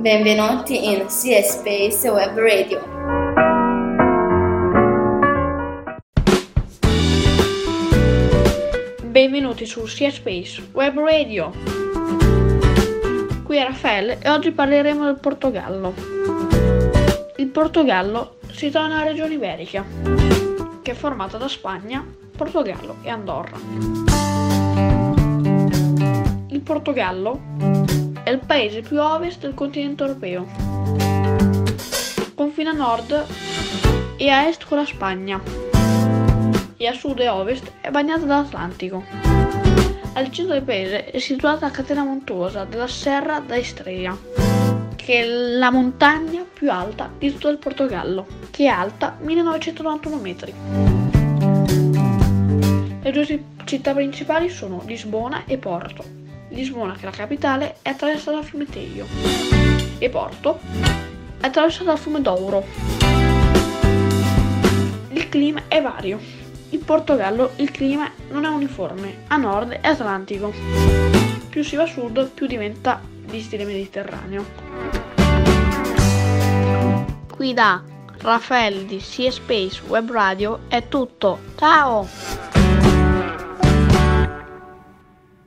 Benvenuti in Sea Space Web Radio. Benvenuti su Sea Space Web Radio. Qui è Raffaele e oggi parleremo del Portogallo. Il Portogallo si trova nella regione iberica, che è formata da Spagna, Portogallo e Andorra. Il Portogallo è il paese più a ovest del continente europeo. Confina a nord e a est con la Spagna e a sud e ovest è bagnato dall'Atlantico. Al centro del paese è situata la catena montuosa della Serra da Estrela, che è la montagna più alta di tutto il Portogallo, che è alta 1991 metri. Le due città principali sono Lisbona e Porto. Lisbona, che è la capitale, è attraversata dal fiume Tejo e Porto è attraversata dal fiume Douro. Il clima è vario. In Portogallo il clima non è uniforme, a nord è atlantico. Più si va a sud, più diventa di stile mediterraneo. Qui da Raffaele di Sea Space Web Radio è tutto. Ciao!